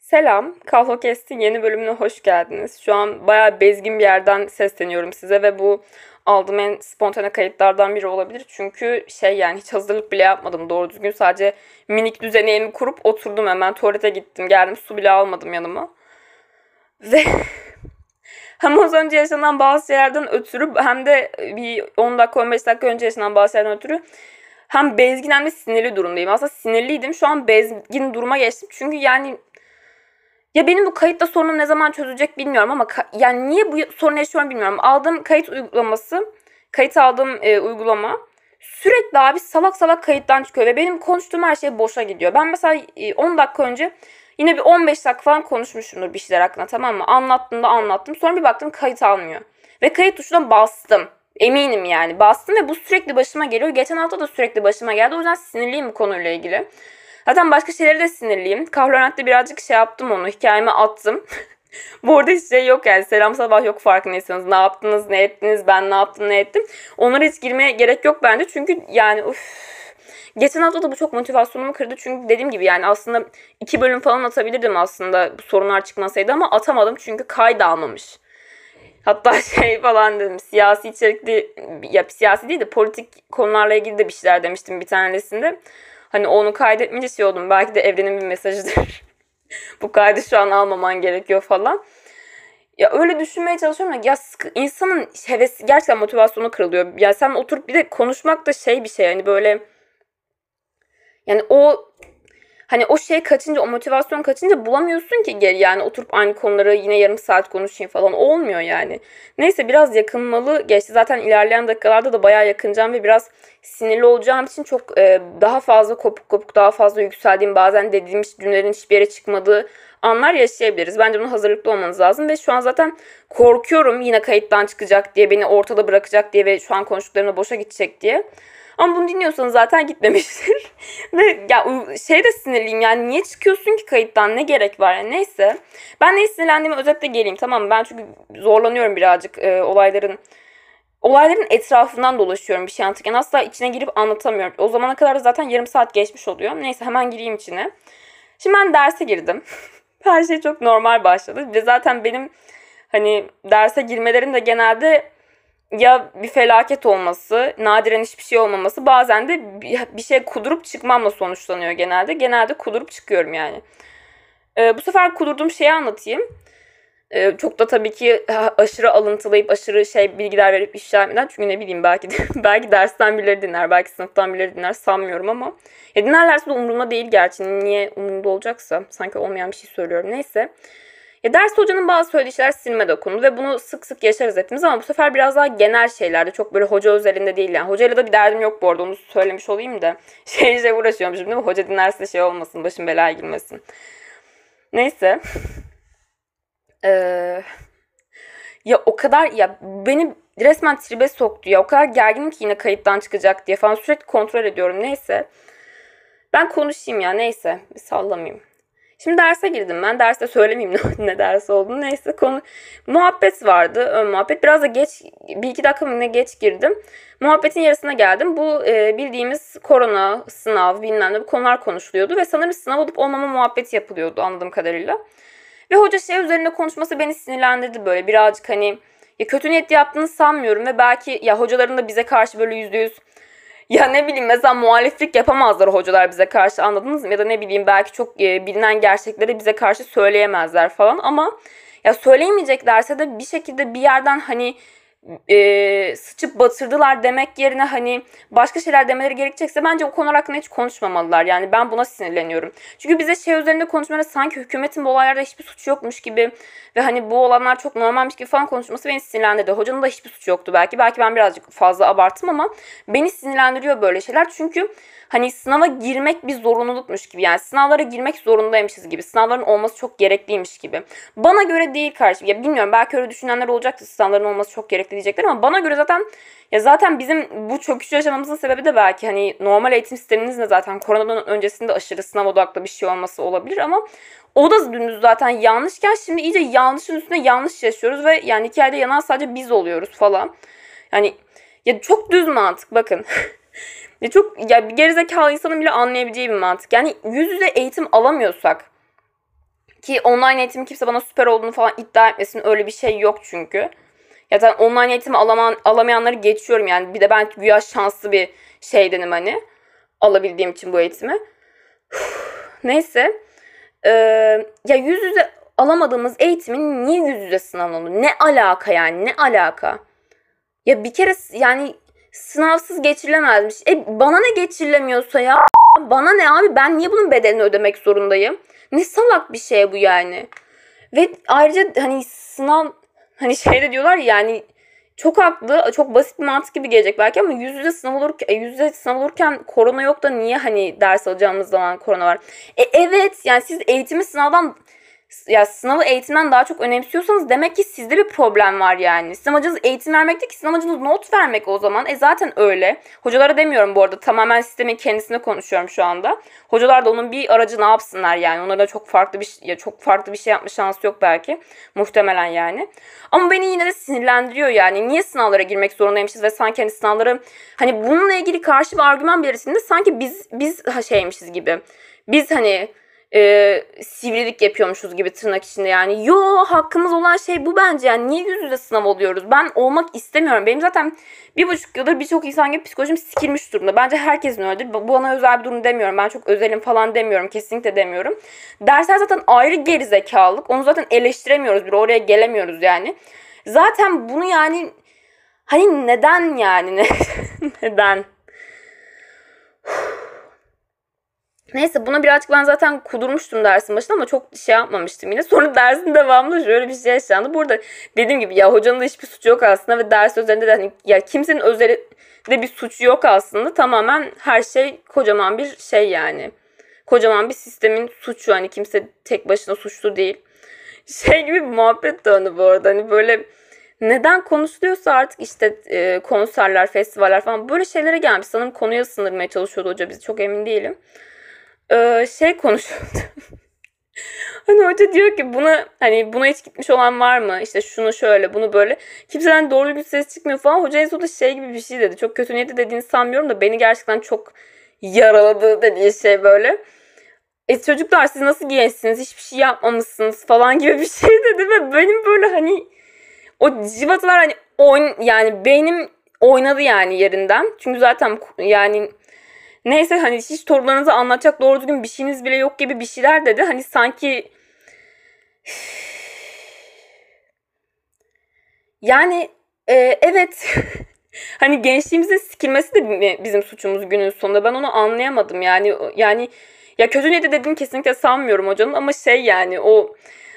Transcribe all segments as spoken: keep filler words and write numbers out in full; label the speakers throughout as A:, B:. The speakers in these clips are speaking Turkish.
A: Selam, CalhoCast'in yeni bölümüne hoş geldiniz. Şu an bayağı bezgin bir yerden sesleniyorum size ve bu aldığım en spontane kayıtlardan biri olabilir. Çünkü şey yani hiç hazırlık bile yapmadım doğru düzgün. Sadece minik düzenimi kurup oturdum, hemen tuvalete gittim geldim, su bile almadım yanıma. Ve hem az önce yaşanan bazı şeylerden ötürü hem de bir on dakika on beş dakika önce yaşanan bazı şeylerden ötürü hem bezgin hem de sinirli durumdayım. Aslında sinirliydim, şu an bezgin duruma geçtim. Çünkü yani ya benim bu kayıtla sorunum ne zaman çözülecek bilmiyorum ama ka- yani niye bu sorunu yaşıyorum bilmiyorum. Aldığım kayıt uygulaması, kayıt aldığım e, uygulama sürekli abi salak salak kayıttan çıkıyor ve benim konuştuğum her şey boşa gidiyor. Ben mesela e, on dakika önce yine bir on beş dakika falan konuşmuşumdur bir şeyler hakkında, tamam mı? Anlattım da anlattım. Sonra bir baktım kayıt almıyor. Ve kayıt tuşuna bastım. Eminim yani bastım ve bu sürekli başıma geliyor. Geçen hafta da sürekli başıma geldi. O yüzden sinirliyim bu konuyla ilgili. Zaten başka şeylere de sinirliyim. Kahrolent'te birazcık şey yaptım onu. Hikayeme attım. Bu arada hiç şey yok yani. Selam sabah yok farkındaysanız. Ne yaptınız, ne ettiniz, ben ne yaptım, ne ettim. Onlara hiç girmeye gerek yok bence. Çünkü yani uff. Geçen hafta da bu çok motivasyonumu kırdı. Çünkü dediğim gibi yani aslında iki bölüm falan atabilirdim aslında bu sorunlar çıkmasaydı ama atamadım. Çünkü kayda almamış. Hatta şey falan dedim, siyasi içerikli, ya siyasi değil de politik konularla ilgili de bir şeyler demiştim bir tanesinde. Hani onu kaydetmeyince şey oldum, belki de evrenin bir mesajıdır. Bu kaydı şu an almaman gerekiyor falan. Ya öyle düşünmeye çalışıyorum ya, ya sıkı, insanın hevesi gerçekten motivasyonu kırılıyor. Ya sen oturup bir de konuşmak da şey bir şey hani böyle, yani o hani o şey kaçınca, o motivasyon kaçınca bulamıyorsun ki geri, yani oturup aynı konuları yine yarım saat konuşayım falan olmuyor yani. Neyse biraz yakınmalı geçti. Zaten ilerleyen dakikalarda da bayağı yakınacağım ve biraz sinirli olacağım için çok e, daha fazla kopuk kopuk, daha fazla yükseldiğim, bazen dediğim cümlelerin hiçbir yere çıkmadığı anlar yaşayabiliriz. Bence buna hazırlıklı olmanız lazım ve şu an zaten korkuyorum yine kayıttan çıkacak diye, beni ortada bırakacak diye ve şu an konuştuklarımda boşa gidecek diye. Ama bunu dinliyorsanız zaten gitmemiştir. Ve ya şey de sinirliyim, yani niye çıkıyorsun ki kayıttan, ne gerek var yani. Neyse. Ben neye sinirlendiğimi özetle geleyim, tamam mı? Ben çünkü zorlanıyorum birazcık e, olayların olayların etrafından dolaşıyorum bir şey anlatırken. Asla içine girip anlatamıyorum. O zamana kadar da zaten yarım saat geçmiş oluyor. Neyse hemen gireyim içine. Şimdi ben derse girdim. Her şey çok normal başladı. Ve zaten benim hani derse girmelerim de genelde ya bir felaket olması, nadiren hiçbir şey olmaması, bazen de bir şey kudurup çıkmamla sonuçlanıyor genelde. Genelde kudurup çıkıyorum yani. Ee, bu sefer kudurduğum şeyi anlatayım. Ee, çok da tabii ki aşırı alıntılayıp aşırı şey bilgiler verip ifşa etmeden, çünkü ne bileyim belki de, belki dersten birileri dinler, belki sınıftan birileri dinler, sanmıyorum ama ya dinlerlerse de umurumda değil gerçi. Niye umurumda olacaksa, sanki olmayan bir şey söylüyorum. Neyse. Ya ders hocanın bazı söylediği şeyler sinirime dokundu ve bunu sık sık yaşarız hepimiz ama bu sefer biraz daha genel şeylerde, çok böyle hoca özelinde değil yani. Hocayla da bir derdim yok bu arada, onu söylemiş olayım da. Şey şey uğraşıyorum şimdi, hoca dinlerse şey olmasın, başım belaya girmesin. Neyse. Ee, ya o kadar, ya beni resmen tribe soktu ya. O kadar gerginim ki yine kayıttan çıkacak diye falan, sürekli kontrol ediyorum. Neyse. Ben konuşayım ya, neyse. Bir sallamayayım. Şimdi derse girdim ben. Derste söylemeyeyim ne, ne ders olduğunu. Neyse konu muhabbet vardı. Ön muhabbet. Biraz da geç, bir iki dakika mı ne geç girdim. Muhabbetin yarısına geldim. Bu e, bildiğimiz korona, sınav, bilmem ne bu konular konuşuluyordu. Ve sanırım sınav olup olmama muhabbeti yapılıyordu anladığım kadarıyla. Ve hoca şey üzerinde konuşması beni sinirlendirdi böyle birazcık, hani ya kötü niyetli yaptığını sanmıyorum ve belki ya hocaların da bize karşı böyle yüzde yüz, ya ne bileyim mesela muhaliflik yapamazlar hocalar bize karşı, anladınız mı? Ya da ne bileyim belki çok e, bilinen gerçekleri bize karşı söyleyemezler falan ama ya söyleyemeyeceklerse de bir şekilde bir yerden hani e, sıçıp batırdılar demek yerine hani başka şeyler demeleri gerekecekse bence o konular hakkında hiç konuşmamalılar. Yani ben buna sinirleniyorum. Çünkü bize şey üzerinde konuşmaları, sanki hükümetin bu olaylarda hiçbir suçu yokmuş gibi ve hani bu olanlar çok normalmiş gibi falan konuşması beni sinirlendirdi. Hocanın da hiçbir suçu yoktu belki. Belki ben birazcık fazla abarttım ama beni sinirlendiriyor böyle şeyler. Çünkü hani sınava girmek bir zorunlulukmuş gibi. Yani sınavlara girmek zorundaymışız gibi. Sınavların olması çok gerekliymiş gibi. Bana göre değil kardeşim. Ya bilmiyorum, belki öyle düşünenler olacaktı. Sınavların olması çok gerekli diyecekler ama bana göre zaten, ya zaten bizim bu çöküşü yaşamamızın sebebi de belki hani normal eğitim sistemimizin de zaten koronadan öncesinde aşırı sınav odaklı bir şey olması olabilir ama o da dümdüz zaten yanlışken şimdi iyice yanlışın üstüne yanlış yaşıyoruz ve yani hikayede yanan sadece biz oluyoruz falan. Yani ya çok düz mantık bakın. Ya çok, ya bir gerizekalı insanın bile anlayabileceği bir mantık. Yani yüz yüze eğitim alamıyorsak Ki online eğitimin kimse bana süper olduğunu falan iddia etmesin. Öyle bir şey yok çünkü. Ya da online eğitimi alaman, alamayanları geçiyorum yani. Bir de ben güya şanslı bir şeydenim hani. Alabildiğim için bu eğitimi. Neyse. Ee, ya yüz yüze alamadığımız eğitimin niye yüz yüze sınav olur? Ne alaka yani? Ne alaka? Ya bir kere yani sınavsız geçirilemezmiş. E bana ne geçirilemiyorsa ya? Bana ne abi? Ben niye bunun bedelini ödemek zorundayım? Ne salak bir şey bu yani. Ve ayrıca hani sınav hani şeyde diyorlar ya yani çok haklı, çok basit bir mantık gibi gelecek belki ama yüz yüze sınav olurken, yüz yüze sınav olurken korona yok da niye hani ders alacağımız zaman korona var? E evet yani siz eğitimi sınavdan ya sınavı eğitimden daha çok önemsiyorsanız demek ki sizde bir problem var yani. Sizin amacınız eğitim vermek değil ki, sizin amacınız not vermek o zaman. E zaten öyle. Hocalara demiyorum bu arada. Tamamen sistemin kendisine konuşuyorum şu anda. Hocalar da onun bir aracı ne yapsınlar yani. Onlara çok farklı bir ya çok farklı bir şey yapma şansı yok belki. Muhtemelen yani. Ama beni yine de sinirlendiriyor yani. Niye sınavlara girmek zorundaymışız ve sanki hani sınavları hani bununla ilgili karşı bir argüman belirtildiğinde sanki biz biz şeymişiz gibi. Biz hani e, sivrilik yapıyormuşuz gibi tırnak içinde yani. Yo, hakkımız olan şey bu bence yani. Niye yüz yüze sınav oluyoruz? Ben olmak istemiyorum. Benim zaten bir buçuk yıldır birçok insan gibi psikolojim sikilmiş durumda. Bence herkesin öyledir. Bu bana özel bir durum demiyorum. Ben çok özelim falan demiyorum. Kesinlikle demiyorum. Dersler zaten ayrı gerizekalılık. Onu zaten eleştiremiyoruz. Bir oraya gelemiyoruz yani. Zaten bunu yani hani neden yani? Neden? Neyse buna birazcık ben zaten kudurmuştum dersin başında ama çok şey yapmamıştım yine. Sonra dersin devamında şöyle bir şey yaşandı. Burada dediğim gibi ya hocanın da hiçbir suçu yok aslında ve ders üzerinde de hani ya kimsenin özelinde bir suçu yok aslında. Tamamen her şey kocaman bir şey yani. Kocaman bir sistemin suçu, hani kimse tek başına suçlu değil. Şey gibi bir muhabbet döndü bu arada, hani böyle neden konuşuluyorsa artık işte e, konserler, festivaller falan böyle şeylere gelmiş. Sanırım konuya sındırmaya çalışıyordu hoca bizi, çok emin değilim. Ee, şey konuşuyordu. Hani hoca diyor ki buna hani buna hiç gitmiş olan var mı? İşte şunu şöyle, bunu böyle. Kimseden doğru bir ses çıkmıyor falan. Hoca en sonunda şey gibi bir şey dedi. Çok kötü niyetli dediğini sanmıyorum da beni gerçekten çok yaraladı dediği şey böyle. E çocuklar siz nasıl gençsiniz? Hiçbir şey yapmamışsınız falan gibi bir şey dedi ve benim böyle hani o cıvatalar hani oyn yani beynim oynadı yani yerinden. Çünkü zaten yani neyse hani hiç sorularınızı anlatacak doğru düzgün bir şeyiniz bile yok gibi bir şeyler dedi. Hani sanki yani e, evet hani gençliğimizin sikilmesi de bizim suçumuz günün sonunda. Ben onu anlayamadım yani. Yani ya kötü niyeti dediğini kesinlikle sanmıyorum hocanın ama şey yani o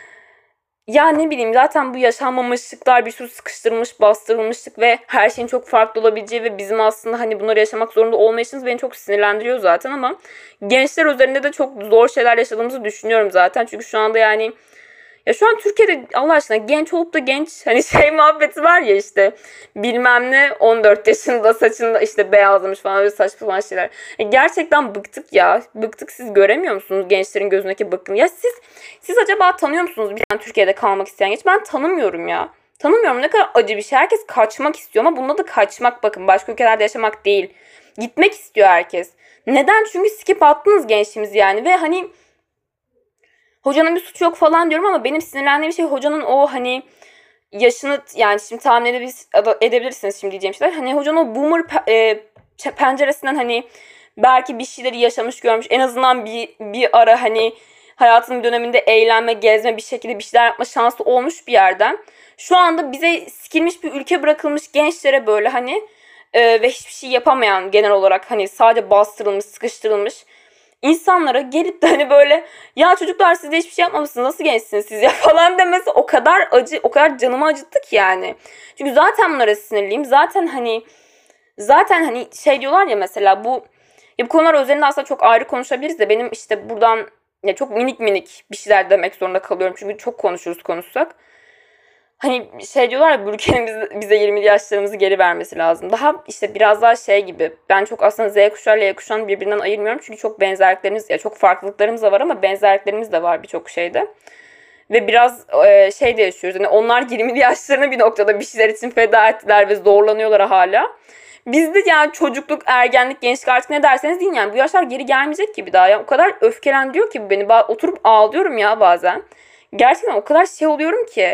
A: ya ne bileyim zaten bu yaşanmamışlıklar, bir sürü sıkıştırılmış, bastırılmışlık ve her şeyin çok farklı olabileceği ve bizim aslında hani bunları yaşamak zorunda olmayışımız beni çok sinirlendiriyor zaten ama gençler üzerinde de çok zor şeyler yaşadığımızı düşünüyorum zaten. Çünkü şu anda yani ya şu an Türkiye'de Allah aşkına genç olup da genç hani şey muhabbeti var ya işte bilmem ne on dört yaşında saçında işte beyazlamış falan öyle saçma sapan şeyler. E gerçekten bıktık ya. Bıktık, siz göremiyor musunuz gençlerin gözündeki bıkkın? Ya siz siz acaba tanıyor musunuz bir tane Türkiye'de kalmak isteyen genç? Ben tanımıyorum ya. Tanımıyorum, ne kadar acı bir şey. Herkes kaçmak istiyor ama bunda da kaçmak bakın. Başka ülkelerde yaşamak değil. Gitmek istiyor herkes. Neden? Çünkü skip attınız gençliğimizi yani ve hani hocanın bir suçu yok falan diyorum ama benim sinirlendiğim şey hocanın o hani yaşını yani şimdi tahmin edebilirsiniz şimdi diyeceğim şeyler. Hani hocanın o boomer e, penceresinden hani belki bir şeyleri yaşamış görmüş. En azından bir, bir ara hani hayatının bir döneminde eğlenme, gezme, bir şekilde bir şeyler yapma şansı olmuş bir yerden. Şu anda bize sikilmiş bir ülke bırakılmış gençlere böyle hani e, ve hiçbir şey yapamayan genel olarak hani sadece bastırılmış, sıkıştırılmış insanlara gelip de hani böyle ya çocuklar siz de hiçbir şey yapmamışsınız nasıl gençsiniz siz ya falan demesi o kadar acı, o kadar canımı acıttı ki yani. Çünkü zaten bunlara sinirliyim. Zaten hani zaten hani şey diyorlar ya mesela bu ya bu konular üzerinde aslında çok ayrı konuşabiliriz de benim işte buradan ya çok minik minik bir şeyler demek zorunda kalıyorum. Çünkü çok konuşuruz konuşsak. Hani şey diyorlar ya bu ülkenin bize yirmili yaşlarımızı geri vermesi lazım. Daha işte biraz daha şey gibi. Ben çok aslında Z kuşağı ile Y kuşağını birbirinden ayırmıyorum. Çünkü çok benzerliklerimiz ya çok farklılıklarımız da var ama benzerliklerimiz de var birçok şeyde. Ve biraz e, şey de yaşıyoruz. Yani onlar yirmili yaşlarını bir noktada bir şeyler için feda ettiler ve zorlanıyorlar hala. Bizde yani çocukluk, ergenlik, gençlik artık ne derseniz deyin yani bu yaşlar geri gelmeyecek gibi daha ya. O kadar öfkelendiriyor ki bu beni. Ba- Oturup ağlıyorum ya bazen. Gerçekten o kadar şey oluyorum ki.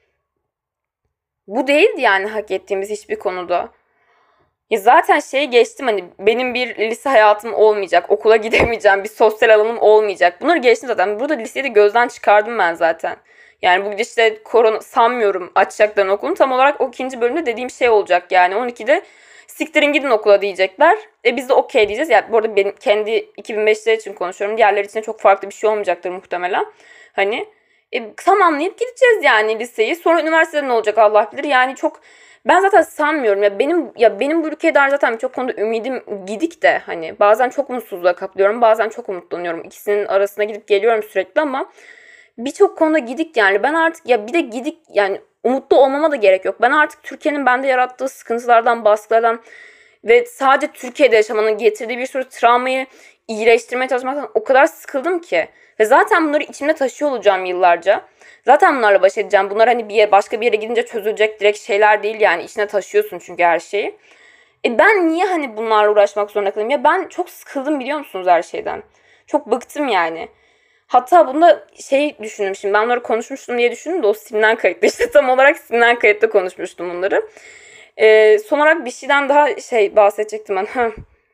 A: Bu değildi yani hak ettiğimiz hiçbir konuda. Ya zaten şeyi geçtim hani benim bir lise hayatım olmayacak, okula gidemeyeceğim, bir sosyal alanım olmayacak. Bunları geçtim zaten. Burada liseyi de gözden çıkardım ben zaten. Yani bu işte korona sanmıyorum açacaklarını okulun. Tam olarak o ikinci bölümde dediğim şey olacak yani. on ikide siktirin gidin okula diyecekler. E biz de okey diyeceğiz. Yani bu arada benim kendi iki bin beşler için konuşuyorum. Diğerleri için çok farklı bir şey olmayacaktır muhtemelen. Hani e, tamamlayıp gideceğiz yani liseyi. Sonra üniversitede ne olacak Allah bilir. Yani çok ben zaten sanmıyorum ya benim ya benim bu ülkeye dair zaten birçok konuda ümidim gidik de hani bazen çok mutsuzluğa kapılıyorum bazen çok umutlanıyorum ikisinin arasına gidip geliyorum sürekli ama birçok konuda gidik yani ben artık ya bir de gidik yani umutlu olmama da gerek yok ben artık Türkiye'nin bende yarattığı sıkıntılardan baskılardan ve sadece Türkiye'de yaşamanın getirdiği bir sürü travmayı iyileştirmeye çalışmaktan o kadar sıkıldım ki ve zaten bunları içimde taşıyor olacağım yıllarca. Zaten bunlarla baş edeceğim. Bunlar hani bir yer, başka bir yere gidince çözülecek direkt şeyler değil yani. İçine taşıyorsun çünkü her şeyi. E ben niye hani bunlarla uğraşmak zorunda kalayım? Ya ben çok sıkıldım biliyor musunuz her şeyden. Çok bıktım yani. Hatta bunda şey düşündüm şimdi. Ben bunları konuşmuştum diye düşündüm de o silinen kayıtta. İşte tam olarak silinen kayıtta konuşmuştum bunları. E, son olarak bir şeyden daha şey bahsedecektim ben.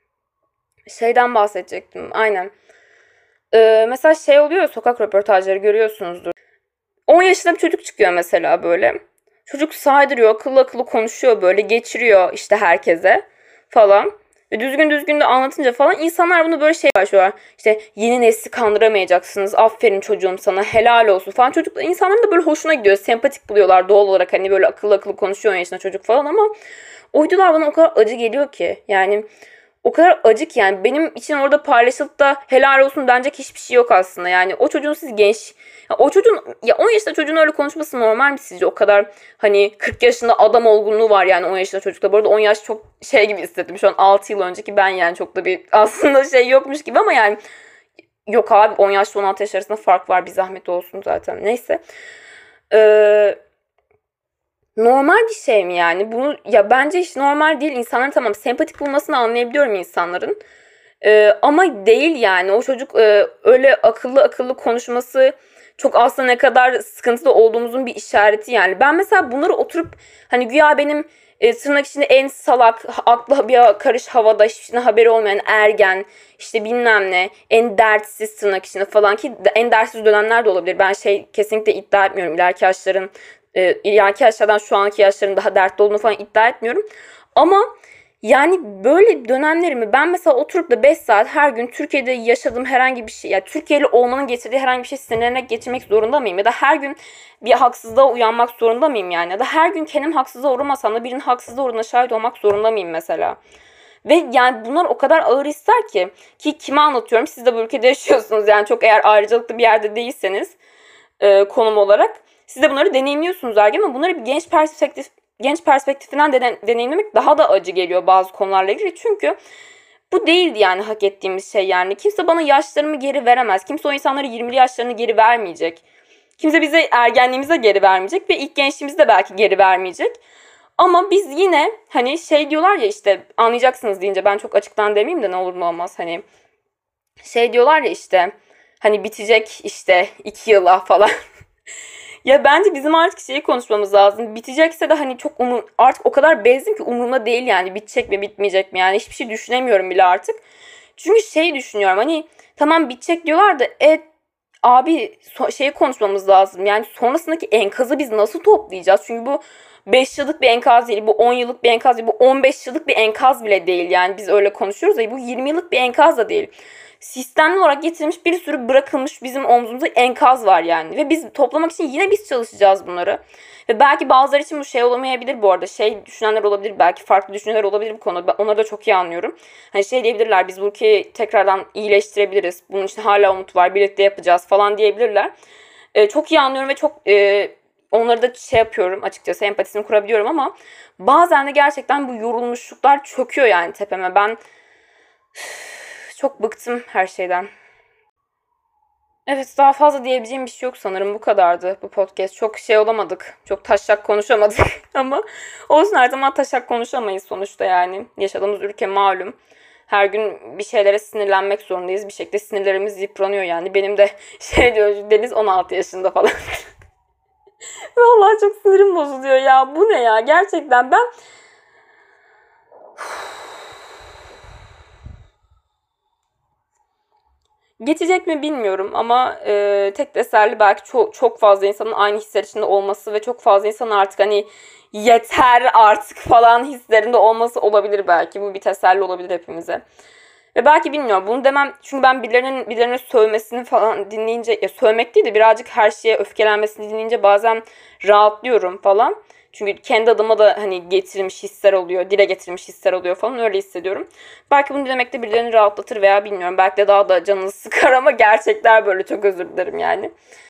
A: Şeyden bahsedecektim. Aynen. E, mesela şey oluyor ya sokak röportajları görüyorsunuzdur. on yaşında bir çocuk çıkıyor mesela böyle. Çocuk saydırıyor, akıllı akıllı konuşuyor böyle, geçiriyor işte herkese falan. Ve düzgün düzgün de anlatınca falan insanlar bunu böyle şey başlıyorlar. İşte yeni nesli kandıramayacaksınız, aferin çocuğum sana, helal olsun falan. Çocuk, insanların da böyle hoşuna gidiyor, sempatik buluyorlar doğal olarak. Hani böyle akıllı akıllı konuşuyor on yaşında çocuk falan ama o videolar bana o kadar acı geliyor ki. Yani o kadar acık yani benim için orada paylaşılıp da helal olsun denecek hiçbir şey yok aslında. Yani o çocuğun siz genç ya o çocuğun ya on yaşında çocuğun öyle konuşması normal mi sizce? O kadar hani kırk yaşında adam olgunluğu var yani on yaşında çocukta. Bu arada on yaş çok şey gibi hissettim. Şu an altı yıl önceki ben yani çok da bir aslında şey yokmuş gibi ama yani yok abi on yaşla on altı yaş arasında fark var bir zahmet olsun zaten. Neyse. Eee Normal bir şey mi yani? Bunu ya bence hiç normal değil. İnsanların tamam sempatik bulmasını anlayabiliyorum insanların. Ee, ama değil yani. O çocuk e, öyle akıllı akıllı konuşması çok aslında ne kadar sıkıntıda olduğumuzun bir işareti yani. Ben mesela bunları oturup hani güya benim e, tırnak içinde en salak, aklı bir karış havada hiçbir şeyden haberi olmayan ergen, işte bilmem ne, en dertsiz tırnak içinde falan ki en dertsiz dönemler de olabilir. Ben şey kesinlikle iddia etmiyorum. İleriki yaşların e, ileriki yaşlardan şu anki yaşların daha dertli olduğunu falan iddia etmiyorum. Ama yani böyle dönemlerimi ben mesela oturup da beş saat her gün Türkiye'de yaşadığım herhangi bir şey, yani Türkiye'li olmanın getirdiği herhangi bir şey sinirlenerek geçirmek zorunda mıyım? Ya da her gün bir haksızlığa uyanmak zorunda mıyım yani? Ya da her gün kendim haksızlığa uğramasam da birinin haksızlığa uğradığına şahit olmak zorunda mıyım mesela? Ve yani bunlar o kadar ağır hisler ki ki kime anlatıyorum? Siz de bu ülkede yaşıyorsunuz yani çok eğer ayrıcalıklı bir yerde değilseniz e, konum olarak siz de bunları deneyimliyorsunuz ergen ama bunları bir genç perspektif genç perspektifinden de, deneyimlemek daha da acı geliyor bazı konularla ilgili. Çünkü bu değildi yani hak ettiğimiz şey yani. Kimse bana yaşlarımı geri veremez. Kimse o insanlara yirmili yaşlarını geri vermeyecek. Kimse bize ergenliğimize geri vermeyecek ve ilk gençliğimizi de belki geri vermeyecek. Ama biz yine hani şey diyorlar ya işte anlayacaksınız deyince ben çok açıktan demeyeyim de ne olur ne olmaz hani şey diyorlar ya işte hani bitecek işte iki yıla falan. Ya bence bizim artık şeyi konuşmamız lazım. Bitecekse de hani çok umur, artık o kadar bezdim ki umurumda değil yani bitecek mi bitmeyecek mi yani hiçbir şey düşünemiyorum bile artık. Çünkü şey düşünüyorum hani tamam bitecek diyorlar da e abi so- şeyi konuşmamız lazım. Yani sonrasındaki enkazı biz nasıl toplayacağız? Çünkü bu beş yıllık bir enkaz değil, bu on yıllık bir enkaz değil, bu on beş yıllık bir enkaz bile değil. Yani biz öyle konuşuyoruz ya bu yirmi yıllık bir enkaz da değil. Sistemli olarak getirilmiş bir sürü bırakılmış bizim omzumuzda enkaz var yani. Ve biz toplamak için yine biz çalışacağız bunları. Ve belki bazıları için bu şey olamayabilir bu arada. Şey düşünenler olabilir, belki farklı düşünceler olabilir bu konuda. Ben onları da çok iyi anlıyorum. Hani şey diyebilirler, biz bu ülkeyi tekrardan iyileştirebiliriz. Bunun için hala umut var, birlikte yapacağız falan diyebilirler. Ee, çok iyi anlıyorum ve çok e, onları da şey yapıyorum açıkçası empatisini kurabiliyorum ama bazen de gerçekten bu yorulmuşluklar çöküyor yani tepeme. Ben çok bıktım her şeyden. Evet, daha fazla diyebileceğim bir şey yok sanırım. Bu kadardı bu podcast. Çok şey olamadık. Çok taşak konuşamadık. Ama olsun, her zaman taşak konuşamayız sonuçta yani. Yaşadığımız ülke malum. Her gün bir şeylere sinirlenmek zorundayız. Bir şekilde sinirlerimiz yıpranıyor yani. Benim de şey diyor Deniz on altı yaşında falan. Vallahi çok sinirim bozuluyor ya. Bu ne ya? Gerçekten ben geçecek mi bilmiyorum ama e, tek teselli belki çok çok fazla insanın aynı hisler içinde olması ve çok fazla insanın artık hani yeter artık falan hislerinde olması olabilir belki. Bu bir teselli olabilir hepimize. Ve belki bilmiyorum bunu demem çünkü ben birilerinin birilerine sövmesini falan dinleyince, ya sövmek değil de birazcık her şeye öfkelenmesini dinleyince bazen rahatlıyorum falan. Çünkü kendi adıma da hani getirilmiş hisler oluyor, dile getirilmiş hisler oluyor falan, öyle hissediyorum. Belki bunu dinlemek de birilerini rahatlatır veya bilmiyorum. Belki de daha da canını sıkar ama gerçekler böyle, çok özür dilerim yani.